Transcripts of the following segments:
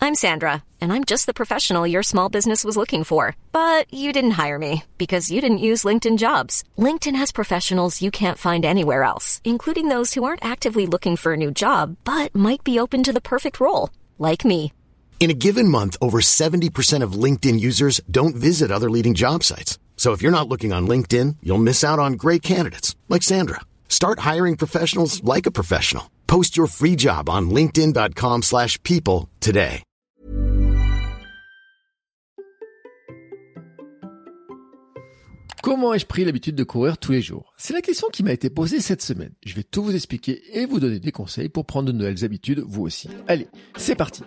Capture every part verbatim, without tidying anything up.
I'm Sandra, and I'm just the professional your small business was looking for. But you didn't hire me because you didn't use LinkedIn Jobs. LinkedIn has professionals you can't find anywhere else, including those who aren't actively looking for a new job, but might be open to the perfect role, like me. In a given month, over seventy percent of LinkedIn users don't visit other leading job sites. So if you're not looking on LinkedIn, you'll miss out on great candidates, like Sandra. Start hiring professionals like a professional. Post your free job on linkedin.com slash people today. Comment ai-je pris l'habitude de courir tous les jours? C'est la question qui m'a été posée cette semaine. Je vais tout vous expliquer et vous donner des conseils pour prendre de nouvelles habitudes, vous aussi. Allez, c'est parti!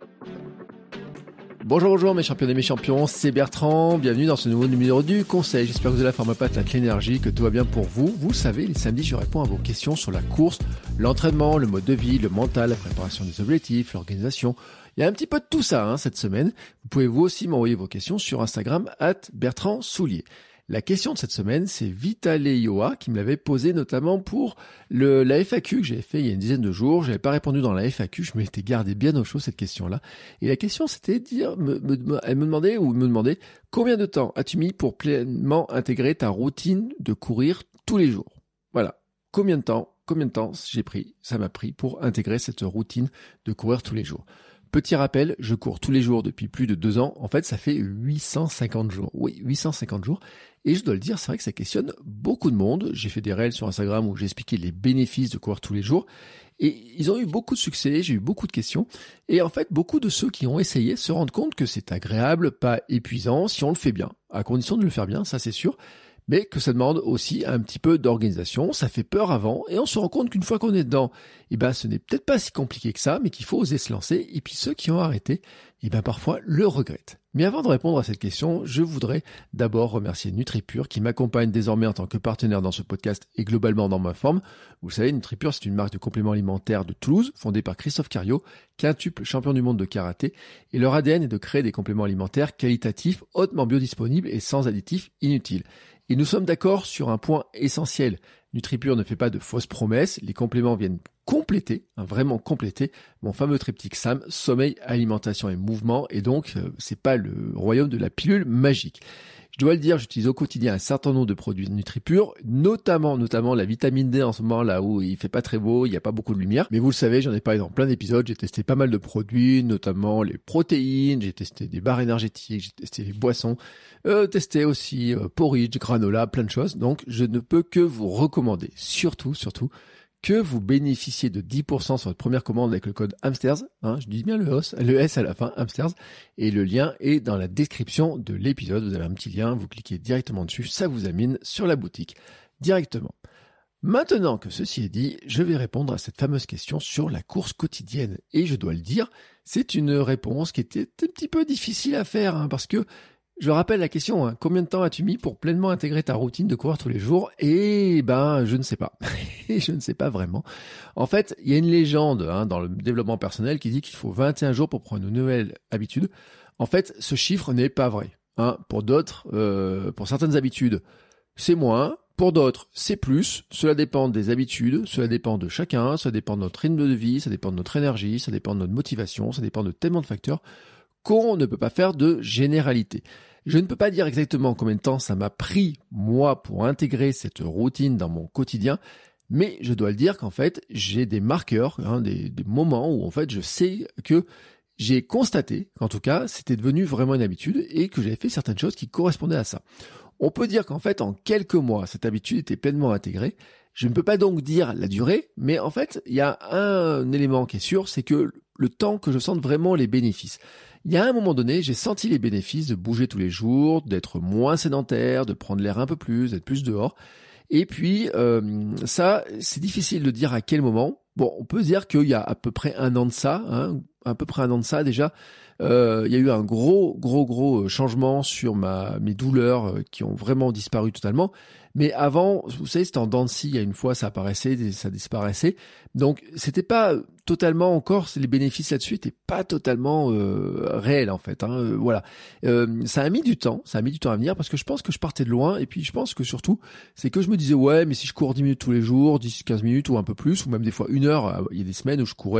Bonjour, bonjour mes champions et mes champions, c'est Bertrand, bienvenue dans ce nouveau numéro du Conseil. J'espère que vous avez la forme à patate, l'énergie, que tout va bien pour vous. Vous le savez, les samedis, je réponds à vos questions sur la course, l'entraînement, le mode de vie, le mental, la préparation des objectifs, l'organisation. Il y a un petit peu de tout ça hein, cette semaine. Vous pouvez vous aussi m'envoyer vos questions sur Instagram, arobase Bertrand Soulier. La question de cette semaine, c'est Vitaleioa qui me l'avait posée notamment pour le, la F A Q que j'avais fait il y a une dizaine de jours. Je n'avais pas répondu dans la F A Q, je m'étais gardé bien au chaud cette question-là. Et la question, c'était de dire, me, me, elle me demandait ou me demandait combien de temps as-tu mis pour pleinement intégrer ta routine de courir tous les jours? Voilà. Combien de temps, combien de temps j'ai pris, ça m'a pris pour intégrer cette routine de courir tous les jours. Petit rappel, je cours tous les jours depuis plus de deux ans. En fait, ça fait huit cent cinquante jours. Oui, huit cent cinquante jours. Et je dois le dire, c'est vrai que ça questionne beaucoup de monde. J'ai fait des réels sur Instagram où j'ai expliqué les bénéfices de courir tous les jours. Et ils ont eu beaucoup de succès, j'ai eu beaucoup de questions. Et en fait, beaucoup de ceux qui ont essayé se rendent compte que c'est agréable, pas épuisant, si on le fait bien. À condition de le faire bien, ça c'est sûr. Mais que ça demande aussi un petit peu d'organisation, ça fait peur avant, et on se rend compte qu'une fois qu'on est dedans, eh ben, ce n'est peut-être pas si compliqué que ça, mais qu'il faut oser se lancer, et puis ceux qui ont arrêté, eh ben, parfois le regrettent. Mais avant de répondre à cette question, je voudrais d'abord remercier NutriPure qui m'accompagne désormais en tant que partenaire dans ce podcast et globalement dans ma forme. Vous savez, NutriPure, c'est une marque de compléments alimentaires de Toulouse, fondée par Christophe Cario, quintuple champion du monde de karaté, et leur A D N est de créer des compléments alimentaires qualitatifs, hautement biodisponibles et sans additifs inutiles. Et nous sommes d'accord sur un point essentiel. NutriPure ne fait pas de fausses promesses. Les compléments viennent compléter, hein, vraiment compléter, mon fameux triptyque S A M, sommeil, alimentation et mouvement. Et donc, euh, c'est pas le royaume de la pilule magique. Je dois le dire, j'utilise au quotidien un certain nombre de produits NutriPure, notamment, notamment la vitamine D en ce moment, là où il fait pas très beau, il n'y a pas beaucoup de lumière. Mais vous le savez, j'en ai parlé dans plein d'épisodes, j'ai testé pas mal de produits, notamment les protéines, j'ai testé des barres énergétiques, j'ai testé les boissons, euh, testé aussi euh, porridge, granola, plein de choses. Donc, je ne peux que vous recommander, surtout, surtout, que vous bénéficiez de dix pour cent sur votre première commande avec le code Hamsters, hein, je dis bien le, os, le S à la fin, Hamsters, et le lien est dans la description de l'épisode. Vous avez un petit lien, vous cliquez directement dessus, ça vous amène sur la boutique directement. Maintenant que ceci est dit, je vais répondre à cette fameuse question sur la course quotidienne. Et je dois le dire, c'est une réponse qui était un petit peu difficile à faire, hein, parce que je rappelle la question, hein, combien de temps as-tu mis pour pleinement intégrer ta routine de courir tous les jours? Eh ben, je ne sais pas. je ne sais pas vraiment. En fait, il y a une légende hein, dans le développement personnel qui dit qu'il faut vingt et un jours pour prendre une nouvelle habitude. En fait, ce chiffre n'est pas vrai. Hein. Pour d'autres, euh, pour certaines habitudes, c'est moins. Pour d'autres, c'est plus. Cela dépend des habitudes, cela dépend de chacun, ça dépend de notre rythme de vie, ça dépend de notre énergie, ça dépend de notre motivation, ça dépend de tellement de facteurs qu'on ne peut pas faire de généralité. Je ne peux pas dire exactement combien de temps ça m'a pris, moi, pour intégrer cette routine dans mon quotidien, mais je dois le dire qu'en fait, j'ai des marqueurs, hein, des, des moments où en fait, je sais que j'ai constaté qu'en tout cas, c'était devenu vraiment une habitude et que j'avais fait certaines choses qui correspondaient à ça. On peut dire qu'en fait, en quelques mois, cette habitude était pleinement intégrée. Je ne peux pas donc dire la durée, mais en fait, il y a un élément qui est sûr, c'est que le temps que je sente vraiment les bénéfices. Il y a un moment donné, j'ai senti les bénéfices de bouger tous les jours, d'être moins sédentaire, de prendre l'air un peu plus, d'être plus dehors. Et puis, euh, ça, c'est difficile de dire à quel moment. Bon, on peut dire qu'il y a à peu près un an de ça, hein, à peu près un an de ça déjà, euh, il y a eu un gros, gros, gros changement sur ma, mes douleurs euh, qui ont vraiment disparu totalement. Mais avant, vous savez, c'était en dents de scie, il y a une fois, ça apparaissait, ça disparaissait. Donc, c'était pas totalement encore, les bénéfices là-dessus étaient pas totalement euh, réels en fait. Hein, euh, voilà, euh, ça a mis du temps, ça a mis du temps à venir parce que je pense que je partais de loin et puis je pense que surtout, c'est que je me disais ouais, mais si je cours dix minutes tous les jours, dix quinze minutes ou un peu plus, ou même des fois une heure, il y a des semaines où je courais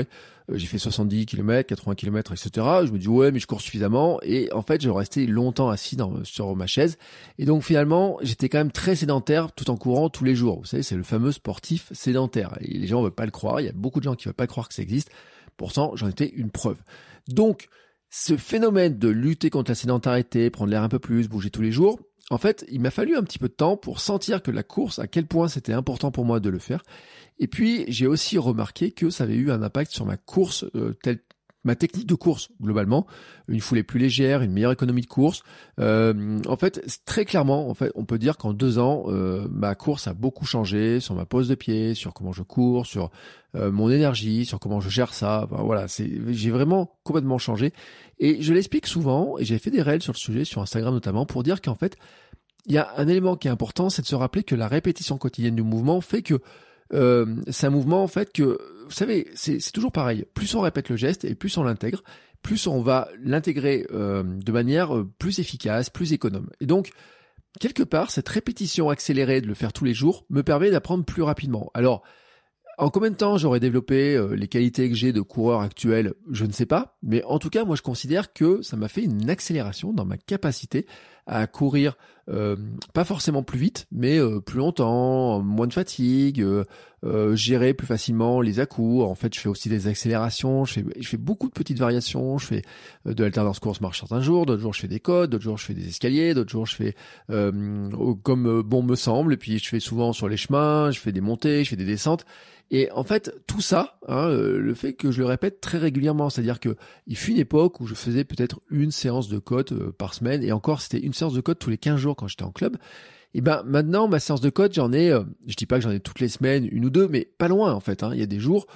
euh, j'ai fait soixante-dix kilomètres, quatre-vingts kilomètres, et cetera. Je me dis ouais, mais je cours suffisamment. Et en fait, je restais longtemps assis dans, sur ma chaise. Et donc finalement, j'étais quand même très sédentaire tout en courant tous les jours. Vous savez, c'est le fameux sportif sédentaire. Et les gens ne veulent pas le croire. Il y a beaucoup de gens qui ne veulent pas croire que ça existe. Pourtant, j'en étais une preuve. Donc, ce phénomène de lutter contre la sédentarité, prendre l'air un peu plus, bouger tous les jours, en fait, il m'a fallu un petit peu de temps pour sentir que la course, à quel point c'était important pour moi de le faire. Et puis, j'ai aussi remarqué que ça avait eu un impact sur ma course, euh, telle ma technique de course, globalement. Une foulée plus légère, une meilleure économie de course. Euh, en fait, très clairement, en fait, on peut dire qu'en deux ans, euh, ma course a beaucoup changé sur ma pose de pied, sur comment je cours, sur euh, mon énergie, sur comment je gère ça. Enfin, voilà, c'est, j'ai vraiment complètement changé. Et je l'explique souvent, et j'ai fait des réels sur le sujet, sur Instagram notamment, pour dire qu'en fait, il y a un élément qui est important, c'est de se rappeler que la répétition quotidienne du mouvement fait que euh, c'est un mouvement en fait que, vous savez, c'est, c'est toujours pareil. Plus on répète le geste et plus on l'intègre, plus on va l'intégrer euh, de manière euh, plus efficace, plus économe. Et donc, quelque part, cette répétition accélérée de le faire tous les jours me permet d'apprendre plus rapidement. Alors, en combien de temps j'aurais développé euh, les qualités que j'ai de coureur actuel, je ne sais pas. Mais en tout cas, moi, je considère que ça m'a fait une accélération dans ma capacité à courir, euh, pas forcément plus vite, mais euh, plus longtemps, moins de fatigue, euh, euh, gérer plus facilement les à-coups. En fait, je fais aussi des accélérations, je fais, je fais beaucoup de petites variations, je fais euh, de l'alternance course-marche certains jours, d'autres jours je fais des côtes, d'autres jours je fais des escaliers, d'autres jours je fais euh, comme euh, bon me semble, et puis je fais souvent sur les chemins, je fais des montées, je fais des descentes. Et en fait, tout ça, hein, euh, le fait que je le répète très régulièrement, c'est-à-dire que il fut une époque où je faisais peut-être une séance de côte euh, par semaine, et encore c'était une séance de côte tous les quinze jours quand j'étais en club. Et ben maintenant, ma séance de côte, j'en ai, euh, je dis pas que j'en ai toutes les semaines, une ou deux, mais pas loin en fait. Hein. Il y a des jours,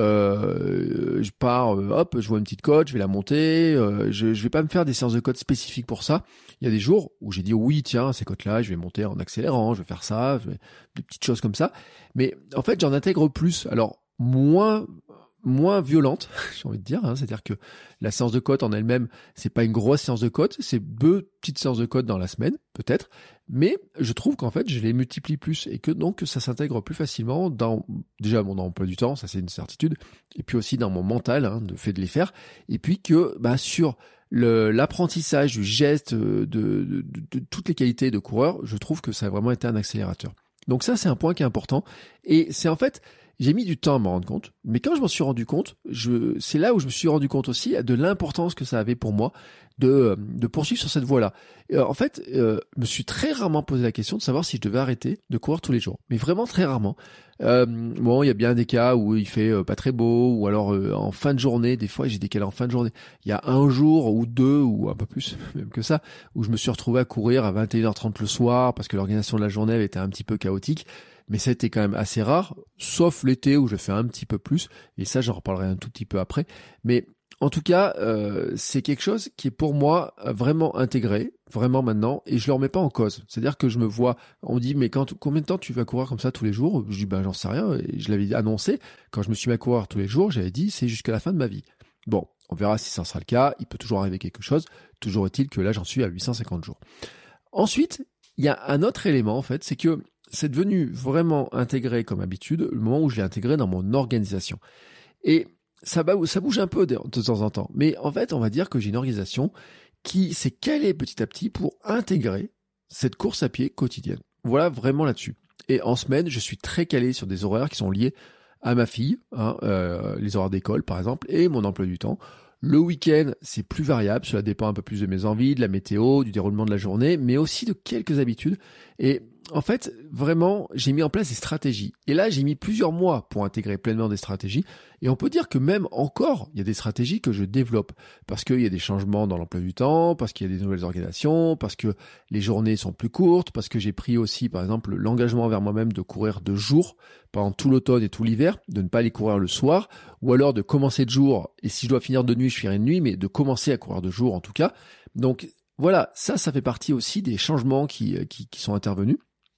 euh, je pars, euh, hop, je vois une petite côte, je vais la monter. Euh, je, je vais pas me faire des séances de côte spécifiques pour ça. Il y a des jours où j'ai dit oui, tiens, ces côtes-là, je vais monter en accélérant, je vais faire ça, je vais... des petites choses comme ça. Mais en fait, j'en intègre plus. Alors moins moins violente, j'ai envie de dire, hein, c'est-à-dire que la séance de côte en elle-même, c'est pas une grosse séance de côte, c'est deux petites séances de côte dans la semaine, peut-être, mais je trouve qu'en fait, je les multiplie plus et que donc ça s'intègre plus facilement dans déjà mon emploi du temps, ça c'est une certitude, et puis aussi dans mon mental, hein, de fait de les faire, et puis que bah sur le, l'apprentissage du geste, de, de, de, de toutes les qualités de coureur, je trouve que ça a vraiment été un accélérateur. Donc ça, c'est un point qui est important, et c'est en fait j'ai mis du temps à m'en rendre compte, mais quand je m'en suis rendu compte, je, c'est là où je me suis rendu compte aussi de l'importance que ça avait pour moi de, de poursuivre sur cette voie-là. Et en fait, euh, je me suis très rarement posé la question de savoir si je devais arrêter de courir tous les jours, mais vraiment très rarement. Euh, bon, il y a bien des cas où il fait euh, pas très beau, ou alors euh, en fin de journée, des fois j'ai décalé en fin de journée. Il y a un jour ou deux, ou un peu plus même que ça, où je me suis retrouvé à courir à vingt et une heures trente le soir parce que l'organisation de la journée avait été un petit peu chaotique. Mais ça a été quand même assez rare, sauf l'été où je fais un petit peu plus, et ça j'en reparlerai un tout petit peu après. Mais en tout cas, euh, c'est quelque chose qui est pour moi vraiment intégré, vraiment maintenant, et je le remets pas en cause. C'est-à-dire que je me vois, on me dit mais quand, combien de temps tu vas courir comme ça tous les jours ? Je dis ben j'en sais rien, et je l'avais annoncé, quand je me suis mis à courir tous les jours, j'avais dit c'est jusqu'à la fin de ma vie. Bon, on verra si ça sera le cas, il peut toujours arriver quelque chose, toujours est-il que là j'en suis à huit cent cinquante jours. Ensuite, il y a un autre élément en fait, c'est que c'est devenu vraiment intégré comme habitude le moment où je l'ai intégré dans mon organisation. Et ça, ça bouge un peu de, de temps en temps. Mais en fait, on va dire que j'ai une organisation qui s'est calée petit à petit pour intégrer cette course à pied quotidienne. Voilà vraiment là-dessus. Et en semaine, je suis très calé sur des horaires qui sont liés à ma fille, hein, euh, les horaires d'école par exemple, et mon emploi du temps. Le week-end, c'est plus variable, cela dépend un peu plus de mes envies, de la météo, du déroulement de la journée, mais aussi de quelques habitudes. Et en fait, vraiment, j'ai mis en place des stratégies. Et là, j'ai mis plusieurs mois pour intégrer pleinement des stratégies. Et on peut dire que même encore, il y a des stratégies que je développe. Parce qu'il y a des changements dans l'emploi du temps, parce qu'il y a des nouvelles organisations, parce que les journées sont plus courtes, parce que j'ai pris aussi, par exemple, l'engagement envers moi-même de courir de jour pendant tout l'automne et tout l'hiver, de ne pas aller courir le soir, ou alors de commencer de jour, et si je dois finir de nuit, je ferai de nuit, mais de commencer à courir de jour en tout cas. Donc voilà, ça, ça fait partie aussi des changements qui, qui, qui sont intervenus.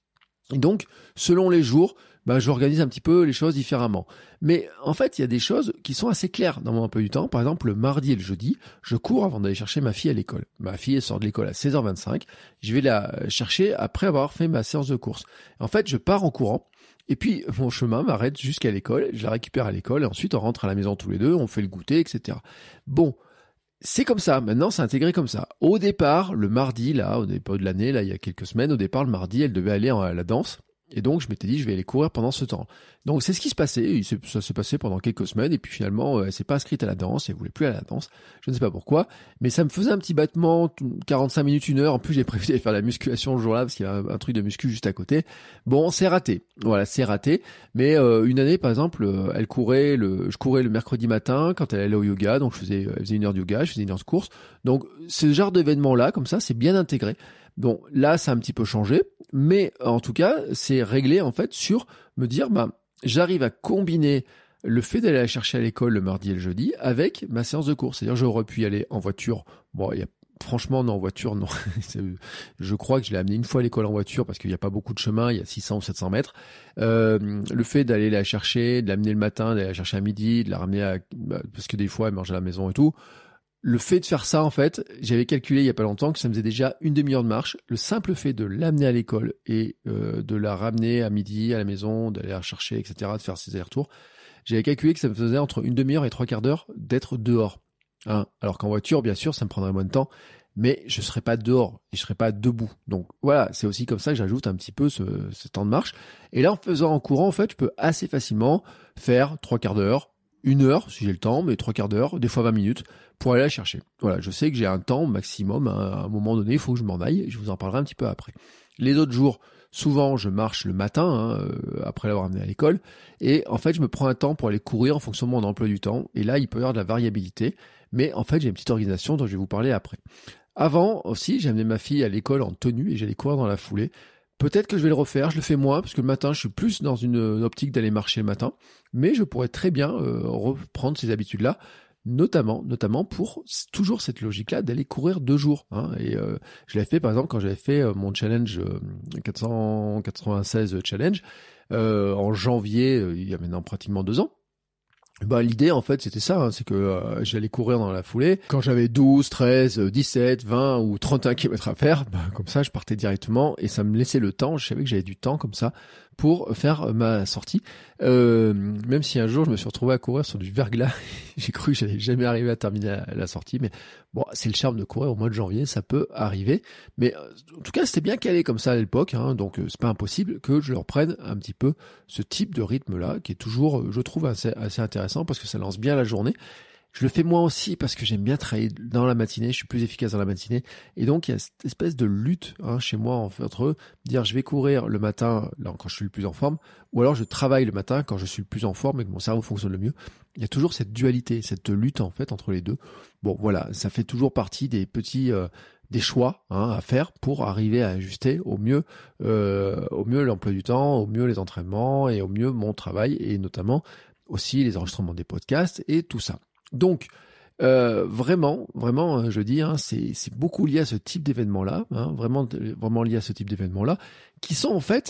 Et donc, selon les jours, bah, j'organise un petit peu les choses différemment. Mais en fait, il y a des choses qui sont assez claires dans mon emploi du temps. Par exemple, le mardi et le jeudi, je cours avant d'aller chercher ma fille à l'école. Ma fille, elle sort de l'école à seize heures vingt-cinq. Je vais la chercher après avoir fait ma séance de course. En fait, je pars en courant. Et puis, mon chemin m'arrête jusqu'à l'école. Je la récupère à l'école. Et ensuite, on rentre à la maison tous les deux. On fait le goûter, et cetera. Bon. C'est comme ça, maintenant c'est intégré comme ça. Au départ, le mardi, là, au départ de l'année, là, il y a quelques semaines, au départ, le mardi, elle devait aller à la danse. Et donc, je m'étais dit, je vais aller courir pendant ce temps. Donc, c'est ce qui se passait. Ça s'est passé pendant quelques semaines. Et puis, finalement, elle s'est pas inscrite à la danse. Elle voulait plus aller à la danse. Je ne sais pas pourquoi. Mais ça me faisait un petit battement, quarante-cinq minutes, une heure. En plus, j'ai prévu d'aller faire la musculation le jour-là parce qu'il y a un, un truc de muscu juste à côté. Bon, c'est raté. Voilà, c'est raté. Mais euh, une année, par exemple, elle courait le, je courais le mercredi matin quand elle allait au yoga. Donc, je faisais, elle faisait une heure de yoga, je faisais une heure de course. Donc, ce genre d'événement-là, comme ça, c'est bien intégré. Bon, là, ça a un petit peu changé, mais en tout cas, c'est réglé en fait sur me dire, bah, j'arrive à combiner le fait d'aller la chercher à l'école le mardi et le jeudi avec ma séance de course. C'est-à-dire, j'aurais pu y aller en voiture. Bon, il y a franchement, non, en voiture, non. Je crois que je l'ai amené une fois à l'école en voiture parce qu'il n'y a pas beaucoup de chemin, il y a six cents ou sept cents mètres. Euh, le fait d'aller la chercher, de l'amener le matin, d'aller la chercher à midi, de la ramener à, parce que des fois, elle mange à la maison et tout. Le fait de faire ça, en fait, j'avais calculé il y a pas longtemps que ça me faisait déjà une demi-heure de marche. Le simple fait de l'amener à l'école et euh, de la ramener à midi à la maison, d'aller la chercher, et cetera, de faire ses allers-retours, j'avais calculé que ça me faisait entre une demi-heure et trois quarts d'heure d'être dehors. Hein. Alors qu'en voiture, bien sûr, ça me prendrait moins de temps, mais je serais pas dehors et je serais pas debout. Donc voilà, c'est aussi comme ça que j'ajoute un petit peu ce, ce temps de marche. Et là, en faisant en courant, en fait, je peux assez facilement faire trois quarts d'heure, une heure si j'ai le temps, mais trois quarts d'heure, des fois vingt minutes, pour aller la chercher. Voilà, je sais que j'ai un temps maximum, à un moment donné, il faut que je m'en aille, je vous en parlerai un petit peu après. Les autres jours, souvent je marche le matin, hein, euh, après l'avoir amené à l'école, et en fait je me prends un temps pour aller courir en fonction de mon emploi du temps, et là il peut y avoir de la variabilité, mais en fait j'ai une petite organisation dont je vais vous parler après. Avant aussi, j'ai amené ma fille à l'école en tenue, et j'allais courir dans la foulée. Peut-être que je vais le refaire, je le fais moins, parce que le matin, je suis plus dans une, une optique d'aller marcher le matin, mais je pourrais très bien euh, reprendre ces habitudes-là, notamment, notamment pour toujours cette logique-là d'aller courir deux jours. Hein, et euh, je l'avais fait, par exemple, quand j'avais fait euh, mon challenge euh, quatre cent quatre-vingt-seize challenge, euh, en janvier, euh, il y a maintenant pratiquement deux ans. Bah, l'idée, en fait, c'était ça, hein, c'est que euh, j'allais courir dans la foulée. Quand j'avais douze, treize, dix-sept, vingt ou trente et un kilomètres à faire, bah, comme ça, je partais directement et ça me laissait le temps. Je savais que j'avais du temps comme ça pour faire ma sortie. Euh, même si un jour, je me suis retrouvé à courir sur du verglas, j'ai cru que j'allais jamais arriver à terminer la, la sortie. Mais bon, c'est le charme de courir au mois de janvier, ça peut arriver. Mais en tout cas, c'était bien calé comme ça à l'époque, hein, donc c'est pas impossible que je reprenne un petit peu ce type de rythme-là, qui est toujours, je trouve, assez, assez intéressant parce que ça lance bien la journée. Je le fais moi aussi parce que j'aime bien travailler dans la matinée, je suis plus efficace dans la matinée. Et donc, il y a cette espèce de lutte hein, chez moi en fait, entre dire je vais courir le matin là, quand je suis le plus en forme, ou alors je travaille le matin quand je suis le plus en forme et que mon cerveau fonctionne le mieux. Il y a toujours cette dualité, cette lutte en fait entre les deux. Bon, voilà, ça fait toujours partie des petits... Euh, des choix hein, à faire pour arriver à ajuster au mieux euh, au mieux l'emploi du temps, au mieux les entraînements et au mieux mon travail et notamment aussi les enregistrements des podcasts et tout ça. Donc euh, vraiment, vraiment, je dis, hein, c'est, c'est beaucoup lié à ce type d'événement-là, hein, vraiment, vraiment lié à ce type d'événement-là, qui sont en fait,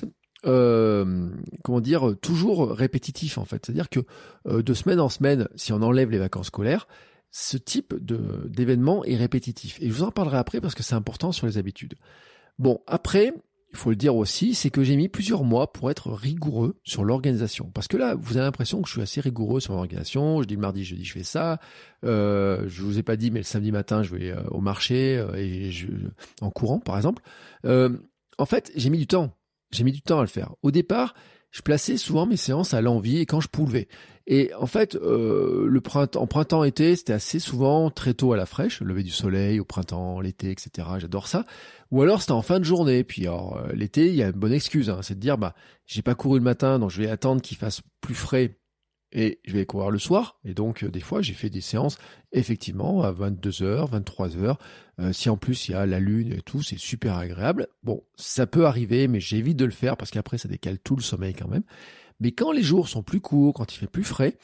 euh, comment dire, toujours répétitifs en fait. C'est-à-dire que euh, de semaine en semaine, si on enlève les vacances scolaires, ce type de, d'événement est répétitif. Et je vous en parlerai après parce que c'est important sur les habitudes. Bon, après, il faut le dire aussi, c'est que j'ai mis plusieurs mois pour être rigoureux sur l'organisation. Parce que là, vous avez l'impression que je suis assez rigoureux sur l'organisation. Je dis le mardi, jeudi, je fais ça. Euh, je vous ai pas dit, mais le samedi matin, je vais euh, au marché euh, et je, en courant, par exemple. Euh, en fait, j'ai mis du temps. J'ai mis du temps à le faire. Au départ, je plaçais souvent mes séances à l'envie et quand je pouvais. Et en fait, euh, le printemps, en printemps-été, c'était assez souvent très tôt à la fraîche, le lever du soleil au printemps, l'été, et cetera. J'adore ça. Ou alors c'était en fin de journée. Puis alors euh, l'été, il y a une bonne excuse, hein, c'est de dire bah j'ai pas couru le matin, donc je vais attendre qu'il fasse plus frais et je vais courir le soir. Et donc euh, des fois, j'ai fait des séances effectivement à vingt-deux heures, vingt-trois heures. Euh, si en plus il y a la lune et tout, c'est super agréable. Bon, ça peut arriver, mais j'évite de le faire parce qu'après ça décale tout le sommeil quand même. Mais quand les jours sont plus courts, quand il fait plus frais,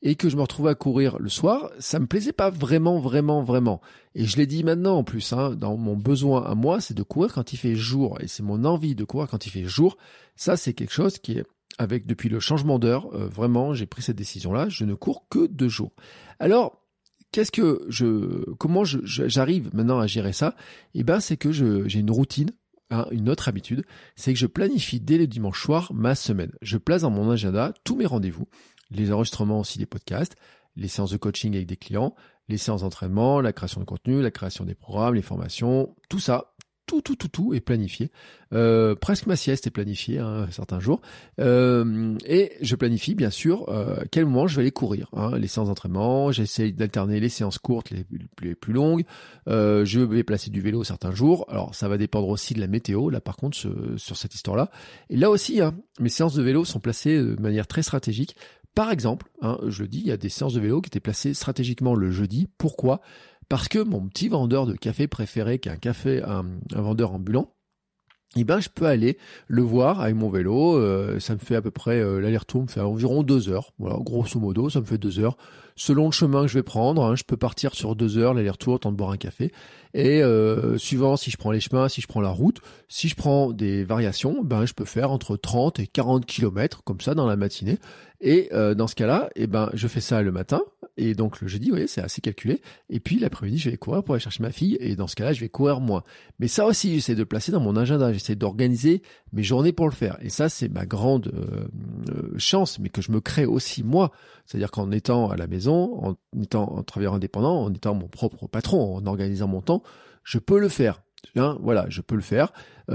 et que je me retrouvais à courir le soir, ça me plaisait pas vraiment, vraiment, vraiment. Et je l'ai dit maintenant en plus, hein, dans mon besoin à moi, c'est de courir quand il fait jour. Et c'est mon envie de courir quand il fait jour. Ça, c'est quelque chose qui est, avec depuis le changement d'heure, euh, vraiment, j'ai pris cette décision-là. Je ne cours que de jour. Alors, qu'est-ce que je, comment je, je, j'arrive maintenant à gérer ça? Eh ben, c'est que je, j'ai une routine. Hein, une autre habitude, c'est que je planifie dès le dimanche soir ma semaine. Je place dans mon agenda tous mes rendez-vous, les enregistrements aussi des podcasts, les séances de coaching avec des clients, les séances d'entraînement, la création de contenu, la création des programmes, les formations, tout ça, tout, tout, tout, tout est planifié. Euh, presque ma sieste est planifiée, hein, certains jours. Euh, et je planifie, bien sûr, euh, à quel moment je vais aller courir. Hein, les séances d'entraînement, j'essaie d'alterner les séances courtes, les, les plus longues. Euh, je vais placer du vélo certains jours. Alors, ça va dépendre aussi de la météo, là, par contre, sur, sur cette histoire-là. Et là aussi, hein, mes séances de vélo sont placées de manière très stratégique. Par exemple, hein, je le dis, il y a des séances de vélo qui étaient placées stratégiquement le jeudi. Pourquoi ? Parce que mon petit vendeur de café préféré, qui est un café, un, un vendeur ambulant, eh ben, je peux aller le voir avec mon vélo. Euh, ça me fait à peu près, euh, l'aller-retour me fait environ deux heures. Voilà, grosso modo, ça me fait deux heures. Selon le chemin que je vais prendre, hein, je peux partir sur deux heures, l'aller-retour, temps de boire un café. Et euh, suivant si je prends les chemins, si je prends la route, si je prends des variations, ben, je peux faire entre trente et quarante kilomètres, comme ça, dans la matinée. Et euh, dans ce cas-là, eh ben, je fais ça le matin. Et donc, le jeudi, vous voyez, c'est assez calculé. Et puis, l'après-midi, je vais courir pour aller chercher ma fille. Et dans ce cas-là, je vais courir moins. Mais ça aussi, j'essaie de le placer dans mon agenda. J'essaie d'organiser mes journées pour le faire. Et ça, c'est ma grande euh, euh, chance, mais que je me crée aussi moi. C'est-à-dire qu'en étant à la maison, en étant en travailleur indépendant, en étant mon propre patron, en organisant mon temps, je peux le faire. Hein, voilà, je peux le faire.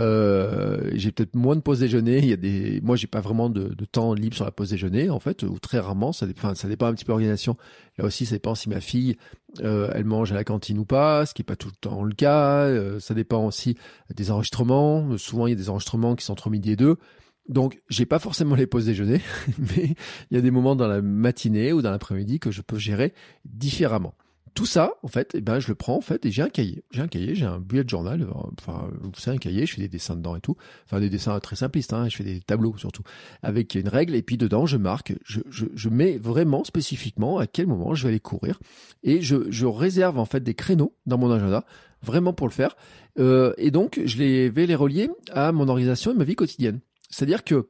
Euh, j'ai peut-être moins de pause déjeuner. Il y a des, moi, j'ai pas vraiment de, de temps libre sur la pause déjeuner, en fait, ou très rarement. Ça dépend, ça dépend un petit peu de l'organisation. Là aussi, ça dépend si ma fille, euh, elle mange à la cantine ou pas, ce qui est pas tout le temps le cas. Euh, ça dépend aussi des enregistrements. Souvent, il y a des enregistrements qui sont entre midi et deux. Donc, j'ai pas forcément les pauses déjeuner, mais il y a des moments dans la matinée ou dans l'après-midi que je peux gérer différemment. Tout ça, en fait, eh ben, je le prends, en fait, et j'ai un cahier. J'ai un cahier, j'ai un bullet journal, enfin, vous savez, un cahier, je fais des dessins dedans et tout. Enfin, des dessins très simplistes, hein, je fais des tableaux, surtout. Avec une règle, et puis dedans, je marque, je, je, je mets vraiment spécifiquement à quel moment je vais aller courir. Et je, je réserve, en fait, des créneaux dans mon agenda, vraiment pour le faire. Euh, et donc, je les, vais les relier à mon organisation et ma vie quotidienne. C'est-à-dire que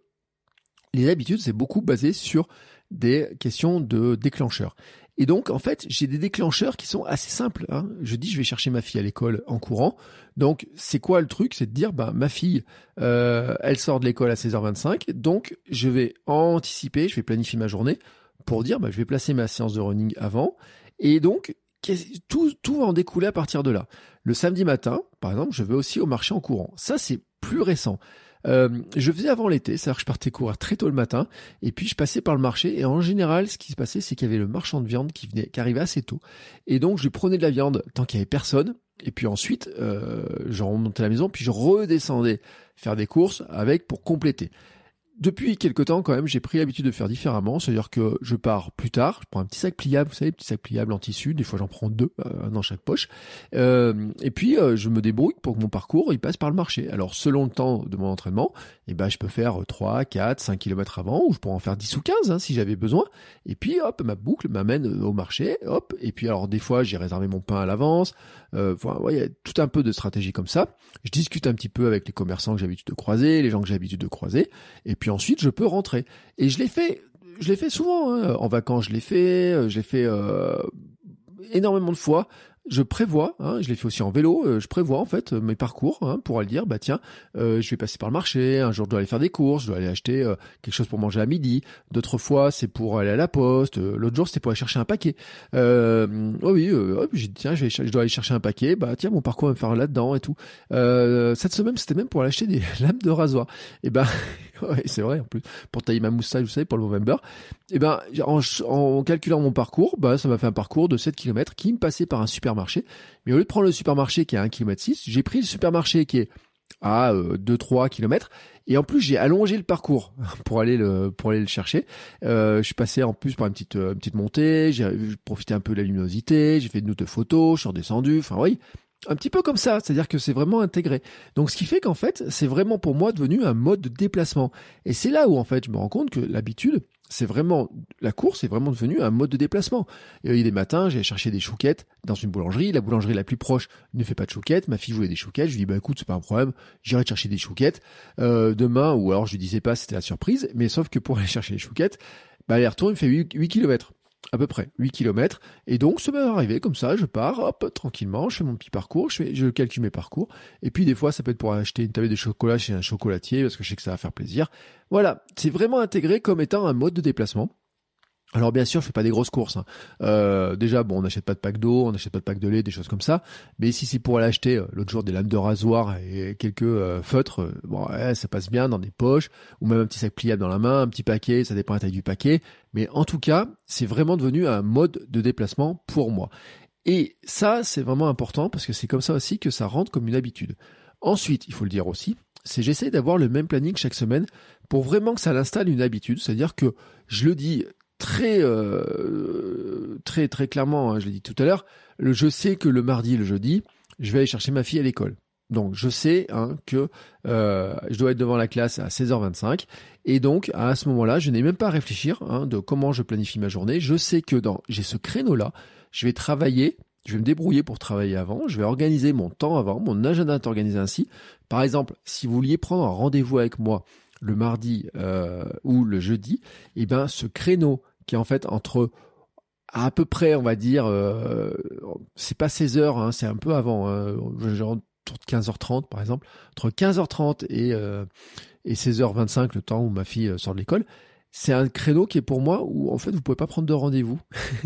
les habitudes, c'est beaucoup basé sur des questions de déclencheurs. Et donc, en fait, j'ai des déclencheurs qui sont assez simples. Hein. Je dis, je vais chercher ma fille à l'école en courant. Donc, c'est quoi le truc ? C'est de dire, bah, ma fille, euh, elle sort de l'école à seize heures vingt-cinq. Donc, je vais anticiper, je vais planifier ma journée pour dire, bah, je vais placer ma séance de running avant. Et donc, tout, tout va en découler à partir de là. Le samedi matin, par exemple, je vais aussi au marché en courant. Ça, c'est plus récent. Euh, je faisais avant l'été, c'est-à-dire que je partais courir très tôt le matin, et puis je passais par le marché, et en général, ce qui se passait, c'est qu'il y avait le marchand de viande qui venait, qui arrivait assez tôt, et donc je prenais de la viande tant qu'il y avait personne, et puis ensuite, euh, je remontais à la maison, puis je redescendais faire des courses avec pour compléter. Depuis quelque temps, quand même, j'ai pris l'habitude de faire différemment, c'est-à-dire que je pars plus tard, je prends un petit sac pliable, vous savez, petit sac pliable en tissu, des fois j'en prends deux, euh, dans chaque poche, euh, et puis euh, je me débrouille pour que mon parcours, il passe par le marché. Alors, selon le temps de mon entraînement, eh ben, je peux faire trois, quatre, cinq kilomètres avant, ou je pourrais en faire dix ou quinze, hein, si j'avais besoin, et puis hop, ma boucle m'amène au marché, hop, et puis alors des fois, j'ai réservé mon pain à l'avance, euh, voilà, ouais, il y a tout un peu de stratégie comme ça. Je discute un petit peu avec les commerçants que j'ai l'habitude de croiser, les gens que j'ai l'habitude de croiser, et puis Puis ensuite, je peux rentrer. Et je l'ai fait, je l'ai fait souvent. Hein. En vacances, je l'ai fait. Je l'ai fait euh, énormément de fois. Je prévois, hein, je l'ai fait aussi en vélo, euh, je prévois en fait mes parcours hein, pour aller dire, bah tiens, euh, je vais passer par le marché, un jour je dois aller faire des courses, je dois aller acheter euh, quelque chose pour manger à midi, d'autres fois c'est pour aller à la poste, euh, l'autre jour c'était pour aller chercher un paquet. Euh, oh oui, euh, j'ai dit tiens, je, vais, je dois aller chercher un paquet, bah tiens, mon parcours va me faire là-dedans et tout. Euh, cette semaine c'était même pour aller acheter des lames de rasoir. Et ben, ouais, c'est vrai en plus, pour tailler ma moustache, vous savez, pour le Movember. Et ben, en, en calculant mon parcours, bah ça m'a fait un parcours de sept kilomètres qui me passait par un super marché, mais au lieu de prendre le supermarché qui est à un virgule six kilomètres, j'ai pris le supermarché qui est à euh, deux à trois kilomètres, et en plus j'ai allongé le parcours pour aller le pour aller le chercher. Euh, je suis passé en plus par une petite euh, une petite montée, j'ai profité un peu de la luminosité, j'ai fait une note de photos, je suis redescendu, enfin oui, un petit peu comme ça, c'est-à-dire que c'est vraiment intégré. Donc ce qui fait qu'en fait, c'est vraiment pour moi devenu un mode de déplacement. Et c'est là où en fait je me rends compte que l'habitude, c'est vraiment, la course est vraiment devenue un mode de déplacement. Et il y a des matins, j'allais chercher des chouquettes dans une boulangerie. La boulangerie la plus proche ne fait pas de chouquettes. Ma fille voulait des chouquettes. Je lui dis, bah écoute, c'est pas un problème. J'irai te chercher des chouquettes, euh, demain, ou alors je lui disais pas, c'était la surprise. Mais sauf que pour aller chercher les chouquettes, bah, aller-retour, il me fait huit kilomètres. À peu près, huit kilomètres. Et donc, ça m'est arrivé comme ça, je pars, hop, tranquillement, je fais mon petit parcours, je, fais, je calcule mes parcours. Et puis, des fois, ça peut être pour acheter une tablette de chocolat chez un chocolatier, parce que je sais que ça va faire plaisir. Voilà, c'est vraiment intégré comme étant un mode de déplacement. Alors bien sûr, je fais pas des grosses courses. Hein. Euh, déjà, bon, on n'achète pas de pack d'eau, on n'achète pas de pack de lait, des choses comme ça. Mais si c'est pour aller acheter euh, l'autre jour des lames de rasoir et quelques euh, feutres, euh, bon, ouais, ça passe bien dans des poches, ou même un petit sac pliable dans la main, un petit paquet, ça dépend de la taille du paquet. Mais en tout cas, c'est vraiment devenu un mode de déplacement pour moi. Et ça, c'est vraiment important parce que c'est comme ça aussi que ça rentre comme une habitude. Ensuite, il faut le dire aussi, c'est j'essaie d'avoir le même planning chaque semaine pour vraiment que ça l'installe une habitude. C'est-à-dire que je le dis très euh, très très clairement, hein, je l'ai dit tout à l'heure, le, je sais que le mardi et le jeudi, je vais aller chercher ma fille à l'école. Donc je sais hein, que euh, je dois être devant la classe à seize heures vingt-cinq et donc à ce moment-là, je n'ai même pas à réfléchir hein, de comment je planifie ma journée. Je sais que dans j'ai ce créneau-là, je vais travailler, je vais me débrouiller pour travailler avant, je vais organiser mon temps avant, mon agenda est organisé ainsi. Par exemple, si vous vouliez prendre un rendez-vous avec moi le mardi euh, ou le jeudi, et ben ce créneau qui est en fait entre à peu près, on va dire, euh, c'est pas seize heures, hein, c'est un peu avant, hein, genre autour de quinze heures trente par exemple, entre quinze heures trente et, euh, et seize heures vingt-cinq, le temps où ma fille sort de l'école, c'est un créneau qui est pour moi où en fait vous pouvez pas prendre de rendez-vous,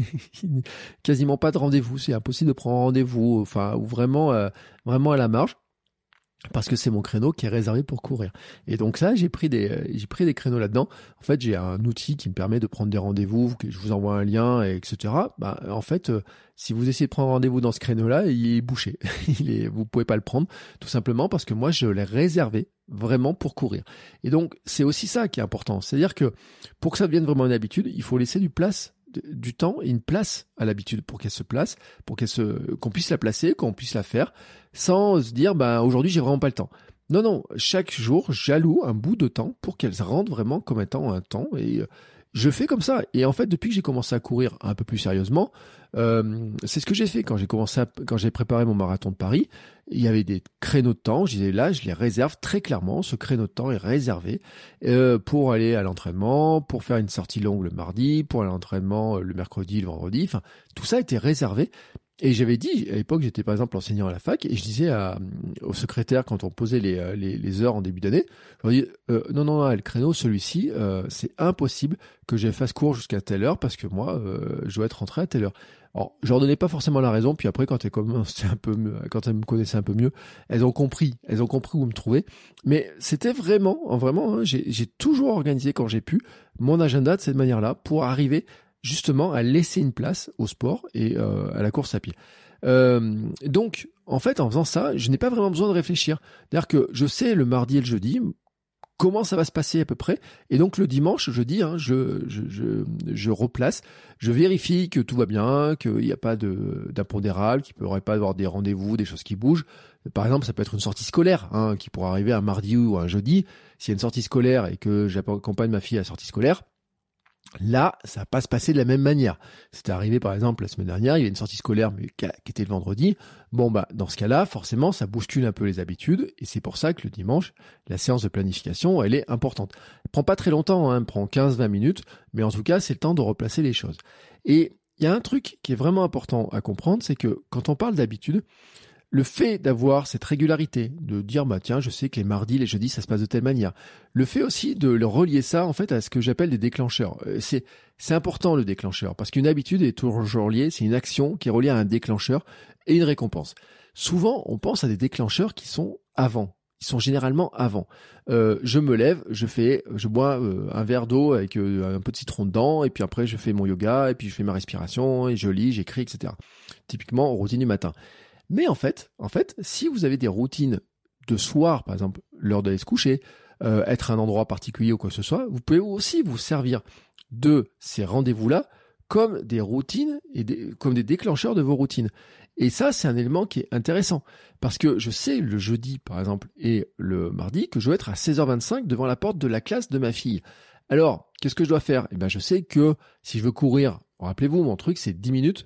quasiment pas de rendez-vous, c'est impossible de prendre rendez-vous, enfin ou vraiment, euh, vraiment à la marge. Parce que c'est mon créneau qui est réservé pour courir. Et donc ça, j'ai pris des, j'ai pris des créneaux là-dedans. En fait, j'ai un outil qui me permet de prendre des rendez-vous, que je vous envoie un lien, et cetera. Bah, en fait, euh, si vous essayez de prendre rendez-vous dans ce créneau-là, il est bouché. il est, vous pouvez pas le prendre, tout simplement parce que moi, je l'ai réservé vraiment pour courir. Et donc, c'est aussi ça qui est important. C'est-à-dire que pour que ça devienne vraiment une habitude, il faut laisser du place du temps et une place à l'habitude pour qu'elle se place, pour qu'elle se, qu'on puisse la placer, qu'on puisse la faire, sans se dire, bah, aujourd'hui, j'ai vraiment pas le temps. Non, non, chaque jour, j'alloue un bout de temps pour qu'elle rentre vraiment comme étant un temps et je fais comme ça. Et en fait, depuis que j'ai commencé à courir un peu plus sérieusement, euh, c'est ce que j'ai fait quand j'ai commencé à, quand j'ai préparé mon marathon de Paris. Il y avait des créneaux de temps. Je disais là, je les réserve très clairement. Ce créneau de temps est réservé euh, pour aller à l'entraînement, pour faire une sortie longue le mardi, pour aller à l'entraînement le mercredi, le vendredi. Enfin, tout ça était réservé. Et j'avais dit, à l'époque, j'étais par exemple enseignant à la fac, et je disais à, au secrétaire, quand on posait les, les, les heures en début d'année, je leur dis, euh, non, non, non, le créneau, celui-ci, euh, c'est impossible que je fasse cours jusqu'à telle heure, parce que moi, euh, je dois être rentré à telle heure. Alors, je leur donnais pas forcément la raison, puis après, quand elles commençaient un peu mieux, quand elles me connaissaient un peu mieux, elles ont compris, elles ont compris où me trouver. Mais c'était vraiment, vraiment, hein, j'ai, j'ai toujours organisé quand j'ai pu mon agenda de cette manière-là pour arriver justement à laisser une place au sport et euh, à la course à pied. Euh, donc, en fait, en faisant ça, je n'ai pas vraiment besoin de réfléchir. C'est-à-dire que je sais le mardi et le jeudi comment ça va se passer à peu près. Et donc, le dimanche, je dis, hein, je, je, je, je replace, je vérifie que tout va bien, qu'il n'y a pas de, d'impondérable, qu'il ne pourrait pas avoir des rendez-vous, des choses qui bougent. Par exemple, ça peut être une sortie scolaire hein, qui pourrait arriver un mardi ou un jeudi. S'il y a une sortie scolaire et que j'accompagne ma fille à la sortie scolaire, là, ça va pas se passer de la même manière. C'était arrivé par exemple la semaine dernière, il y avait une sortie scolaire mais qui était le vendredi. Bon bah dans ce cas-là, forcément, ça bouscule un peu les habitudes et c'est pour ça que le dimanche, la séance de planification, elle est importante. Elle prend pas très longtemps, hein, elle prend quinze à vingt minutes, mais en tout cas, c'est le temps de replacer les choses. Et il y a un truc qui est vraiment important à comprendre, c'est que quand on parle d'habitude, le fait d'avoir cette régularité, de dire bah tiens, je sais que les mardis, les jeudis, ça se passe de telle manière. Le fait aussi de le relier ça en fait à ce que j'appelle des déclencheurs. C'est c'est important le déclencheur parce qu'une habitude est toujours liée, c'est une action qui est reliée à un déclencheur et une récompense. Souvent, on pense à des déclencheurs qui sont avant. Ils sont généralement avant. Euh, je me lève, je fais, je bois euh, un verre d'eau avec euh, un peu de citron dedans, et puis après je fais mon yoga, et puis je fais ma respiration, et je lis, j'écris, et cetera. Typiquement, routine du matin. Mais en fait, en fait, si vous avez des routines de soir, par exemple, l'heure d'aller se coucher, euh, être à un endroit particulier ou quoi que ce soit, vous pouvez aussi vous servir de ces rendez-vous-là comme des routines et des, comme des déclencheurs de vos routines. Et ça, c'est un élément qui est intéressant parce que je sais le jeudi, par exemple, et le mardi que je vais être à seize heures vingt-cinq devant la porte de la classe de ma fille. Alors, qu'est-ce que je dois faire ? Eh ben, je sais que si je veux courir, rappelez-vous, mon truc, c'est dix minutes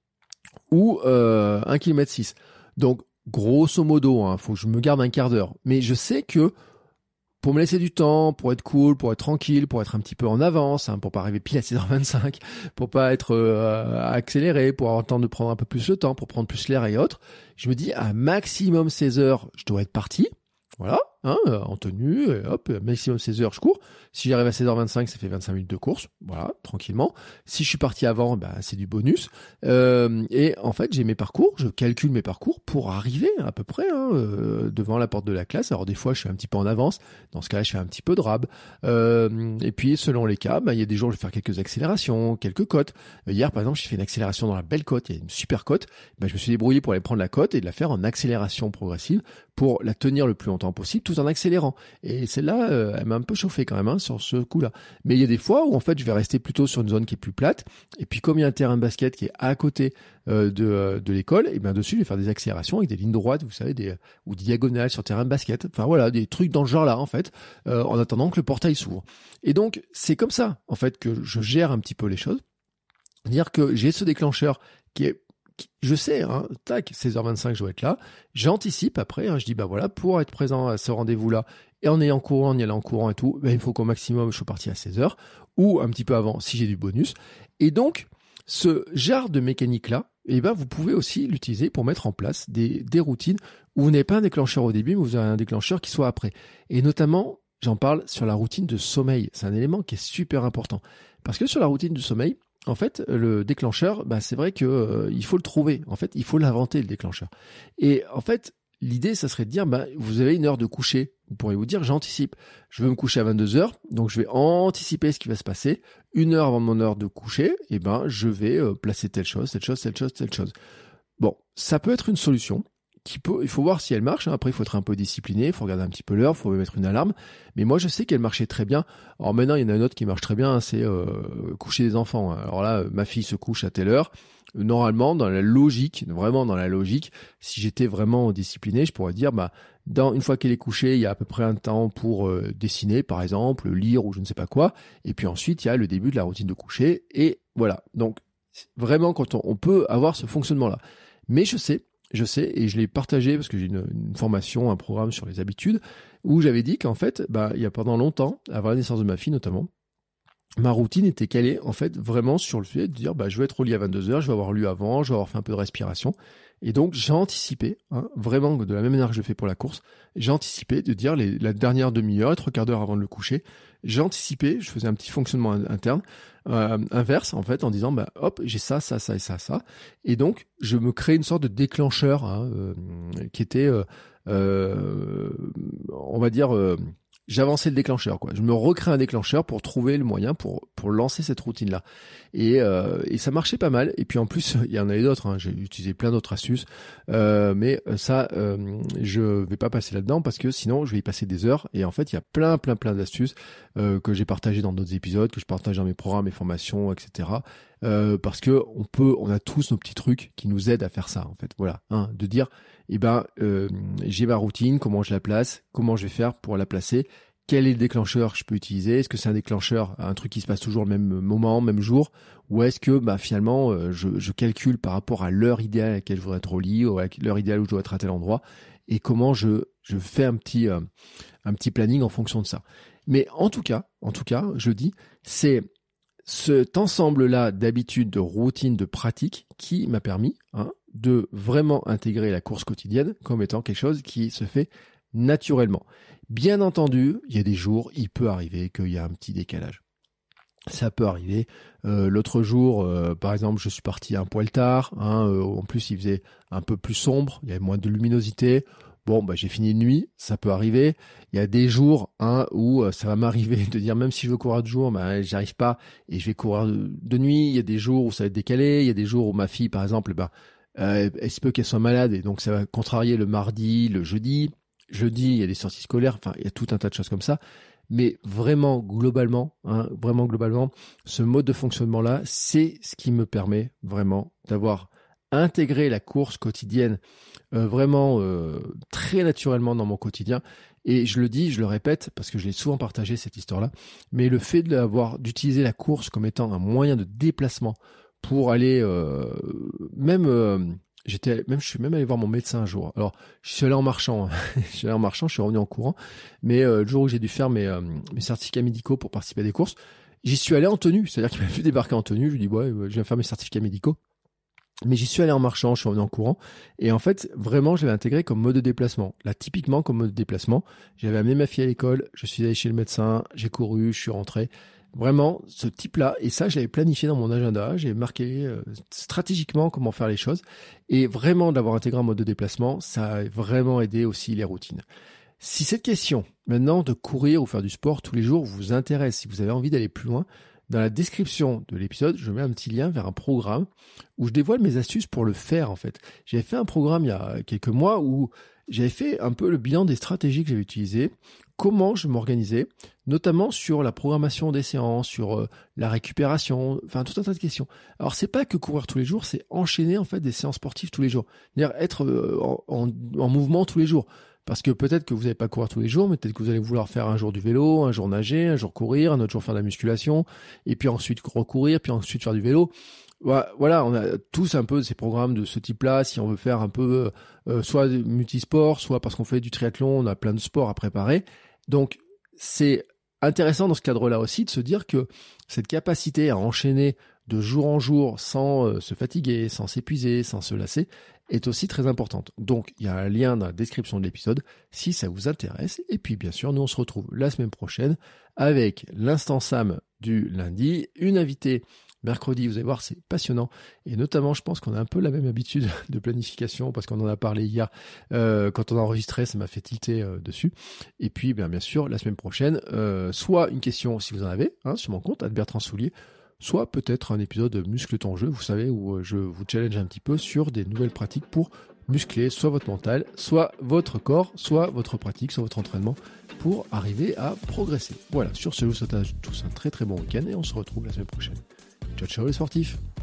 ou euh, un kilomètre six. Donc, grosso modo, hein, faut que je me garde un quart d'heure. Mais je sais que pour me laisser du temps, pour être cool, pour être tranquille, pour être un petit peu en avance, hein, pour pas arriver pile à six heures vingt-cinq, pour pas être euh, accéléré, pour avoir le temps de prendre un peu plus le temps, pour prendre plus l'air et autres, je me dis à maximum seize heures, je dois être parti. Voilà, hein, en tenue, et hop, maximum seize heures, je cours. Si j'arrive à seize heures vingt-cinq, ça fait vingt-cinq minutes de course, voilà, tranquillement. Si je suis parti avant, bah, c'est du bonus. Euh, et en fait, j'ai mes parcours, je calcule mes parcours pour arriver à peu près hein, euh, devant la porte de la classe. Alors des fois, je suis un petit peu en avance. Dans ce cas-là, je fais un petit peu de rab. Euh, et puis, selon les cas, bah, il y a des jours, je vais faire quelques accélérations, quelques côtes. Hier, par exemple, j'ai fait une accélération dans la belle côte. Il y a une super côte. Bah, je me suis débrouillé pour aller prendre la côte et de la faire en accélération progressive pour la tenir le plus longtemps possible tout en accélérant. Et celle-là, euh, elle m'a un peu chauffé quand même hein, sur ce coup-là. Mais il y a des fois où en fait je vais rester plutôt sur une zone qui est plus plate. Et puis comme il y a un terrain de basket qui est à côté euh, de, euh, de l'école, et bien dessus je vais faire des accélérations avec des lignes droites, vous savez, des ou des diagonales sur terrain de basket. Enfin voilà, des trucs dans ce genre-là en fait, euh, en attendant que le portail s'ouvre. Et donc c'est comme ça en fait que je gère un petit peu les choses. C'est-à-dire que j'ai ce déclencheur qui est je sais, hein, tac, seize heures vingt-cinq, je dois être là. J'anticipe après, hein, je dis, bah voilà, pour être présent à ce rendez-vous-là, et en ayant courant, en y allant en courant et tout, bah, il faut qu'au maximum, je sois parti à seize heures, ou un petit peu avant, si j'ai du bonus. Et donc, ce genre de mécanique-là, eh ben, vous pouvez aussi l'utiliser pour mettre en place des, des routines où vous n'avez pas un déclencheur au début, mais vous avez un déclencheur qui soit après. Et notamment, j'en parle sur la routine de sommeil. C'est un élément qui est super important. Parce que sur la routine du sommeil, en fait, le déclencheur, bah, c'est vrai que euh, il faut le trouver. En fait, il faut l'inventer, le déclencheur. Et en fait, l'idée, ça serait de dire, bah, vous avez une heure de coucher. Vous pourriez vous dire, j'anticipe. Je veux me coucher à vingt-deux heures, donc je vais anticiper ce qui va se passer. Une heure avant mon heure de coucher, et ben, je vais euh, placer telle chose, telle chose, telle chose, telle chose. Bon, ça peut être une solution. Qui peut, il faut voir si elle marche. Hein. Après, il faut être un peu discipliné, il faut regarder un petit peu l'heure, il faut mettre une alarme. Mais moi, je sais qu'elle marchait très bien. Alors maintenant, il y en a une autre qui marche très bien, hein, c'est euh, coucher des enfants. Alors là, ma fille se couche à telle heure. Normalement, dans la logique, vraiment dans la logique, si j'étais vraiment discipliné, je pourrais dire, bah, dans, une fois qu'elle est couchée, il y a à peu près un temps pour euh, dessiner, par exemple, lire ou je ne sais pas quoi. Et puis ensuite, il y a le début de la routine de coucher. Et voilà. Donc, vraiment, quand on, on peut avoir ce fonctionnement-là. Mais je sais, Je sais, et je l'ai partagé parce que j'ai une, une formation, un programme sur les habitudes, où j'avais dit qu'en fait, bah, il y a pendant longtemps, avant la naissance de ma fille notamment, ma routine était calée en fait vraiment sur le fait de dire bah, je vais être au lit à vingt-deux heures, je vais avoir lu avant, je vais avoir fait un peu de respiration. Et donc j'ai anticipé, hein, vraiment de la même manière que je le fais pour la course, j'ai anticipé de dire les, la dernière demi-heure, et trois quarts d'heure avant de le coucher, j'ai anticipé, je faisais un petit fonctionnement interne, euh, inverse en fait, en disant bah hop, j'ai ça, ça, ça et ça, ça. Et donc je me crée une sorte de déclencheur hein, euh, qui était, euh, euh, on va dire... Euh, j'avançais le déclencheur, quoi. Je me recrée un déclencheur pour trouver le moyen pour pour lancer cette routine-là. Et euh, et ça marchait pas mal. Et puis en plus, il y en avait d'autres. Hein. J'ai utilisé plein d'autres astuces, euh, mais ça, euh, je vais pas passer là-dedans parce que sinon, je vais y passer des heures. Et en fait, il y a plein, plein, plein d'astuces euh, que j'ai partagées dans d'autres épisodes, que je partage dans mes programmes, mes formations, et cetera. Euh, parce que on peut, on a tous nos petits trucs qui nous aident à faire ça, en fait. Voilà, hein, de dire, eh ben, euh, j'ai ma routine, comment je la place, comment je vais faire pour la placer, quel est le déclencheur que je peux utiliser, est-ce que c'est un déclencheur, un truc qui se passe toujours le même moment, même jour, ou est-ce que, bah, finalement, euh, je, je calcule par rapport à l'heure idéale à laquelle je voudrais être au lit, ou à l'heure idéale où je dois être à tel endroit, et comment je, je fais un petit, euh, un petit planning en fonction de ça. Mais en tout cas, en tout cas, je dis, c'est cet ensemble-là d'habitudes, de routines, de pratiques qui m'a permis hein, de vraiment intégrer la course quotidienne comme étant quelque chose qui se fait naturellement. Bien entendu, il y a des jours, il peut arriver qu'il y a un petit décalage. Ça peut arriver. Euh, l'autre jour, euh, par exemple, je suis parti un poil tard. Hein, euh, en plus, il faisait un peu plus sombre, il y avait moins de luminosité. Bon, bah, j'ai fini de nuit, ça peut arriver. Il y a des jours hein, où euh, ça va m'arriver de dire, même si je veux courir de jour, bah, j'arrive pas et je vais courir de, de nuit. Il y a des jours où ça va être décalé. Il y a des jours où ma fille, par exemple, bah, euh, il se peut qu'elle soit malade et donc ça va contrarier le mardi, le jeudi. Jeudi, il y a des sorties scolaires. Enfin, il y a tout un tas de choses comme ça. Mais vraiment, globalement, hein, vraiment globalement, ce mode de fonctionnement-là, c'est ce qui me permet vraiment d'avoir intégrer la course quotidienne euh, vraiment euh, très naturellement dans mon quotidien. Et je le dis, je le répète, parce que je l'ai souvent partagé cette histoire-là, mais le fait d'avoir, d'utiliser la course comme étant un moyen de déplacement pour aller, euh, même, euh, j'étais, même, je suis même allé voir mon médecin un jour. Alors, je suis allé en marchant, je suis allé en marchant, je suis revenu en courant, mais euh, le jour où j'ai dû faire mes, euh, mes certificats médicaux pour participer à des courses, j'y suis allé en tenue, c'est-à-dire qu'il m'a vu débarquer en tenue, je lui dis ouais, je viens faire mes certificats médicaux. Mais j'y suis allé en marchant, je suis revenu en courant. Et en fait, vraiment, je l'avais intégré comme mode de déplacement. Là, typiquement, comme mode de déplacement, j'avais amené ma fille à l'école, je suis allé chez le médecin, j'ai couru, je suis rentré. Vraiment, ce type-là, et ça, je l'avais planifié dans mon agenda, j'ai marqué euh, stratégiquement comment faire les choses. Et vraiment, d'avoir intégré un mode de déplacement, ça a vraiment aidé aussi les routines. Si cette question, maintenant, de courir ou faire du sport tous les jours vous intéresse, si vous avez envie d'aller plus loin, dans la description de l'épisode, je mets un petit lien vers un programme où je dévoile mes astuces pour le faire, en fait. J'avais fait un programme il y a quelques mois où j'avais fait un peu le bilan des stratégies que j'avais utilisées, comment je m'organisais, notamment sur la programmation des séances, sur euh, la récupération, enfin tout un tas de questions. Alors c'est pas que courir tous les jours, c'est enchaîner en fait des séances sportives tous les jours, c'est-à-dire être euh, en, en, en mouvement tous les jours. Parce que peut-être que vous n'allez pas courir tous les jours, mais peut-être que vous allez vouloir faire un jour du vélo, un jour nager, un jour courir, un autre jour faire de la musculation, et puis ensuite recourir, puis ensuite faire du vélo. Voilà, on a tous un peu ces programmes de ce type-là, si on veut faire un peu euh, soit multisport, soit parce qu'on fait du triathlon, on a plein de sports à préparer. Donc c'est intéressant dans ce cadre-là aussi de se dire que cette capacité à enchaîner de jour en jour sans euh, se fatiguer, sans s'épuiser, sans se lasser, est aussi très importante. Donc, il y a un lien dans la description de l'épisode si ça vous intéresse. Et puis, bien sûr, nous, on se retrouve la semaine prochaine avec l'Instant Sam du lundi, une invitée mercredi, vous allez voir, c'est passionnant. Et notamment, je pense qu'on a un peu la même habitude de planification parce qu'on en a parlé hier. Euh, quand on a enregistré, ça m'a fait tilter euh, dessus. Et puis, bien, bien sûr, la semaine prochaine, euh, soit une question, si vous en avez, hein, sur mon compte, arobase Bertrand Soulier, soit peut-être un épisode Muscle ton jeu, vous savez, où je vous challenge un petit peu sur des nouvelles pratiques pour muscler soit votre mental, soit votre corps, soit votre pratique, soit votre entraînement pour arriver à progresser. Voilà, sur ce, je vous souhaite à tous un très très bon week-end et on se retrouve la semaine prochaine. Ciao ciao les sportifs!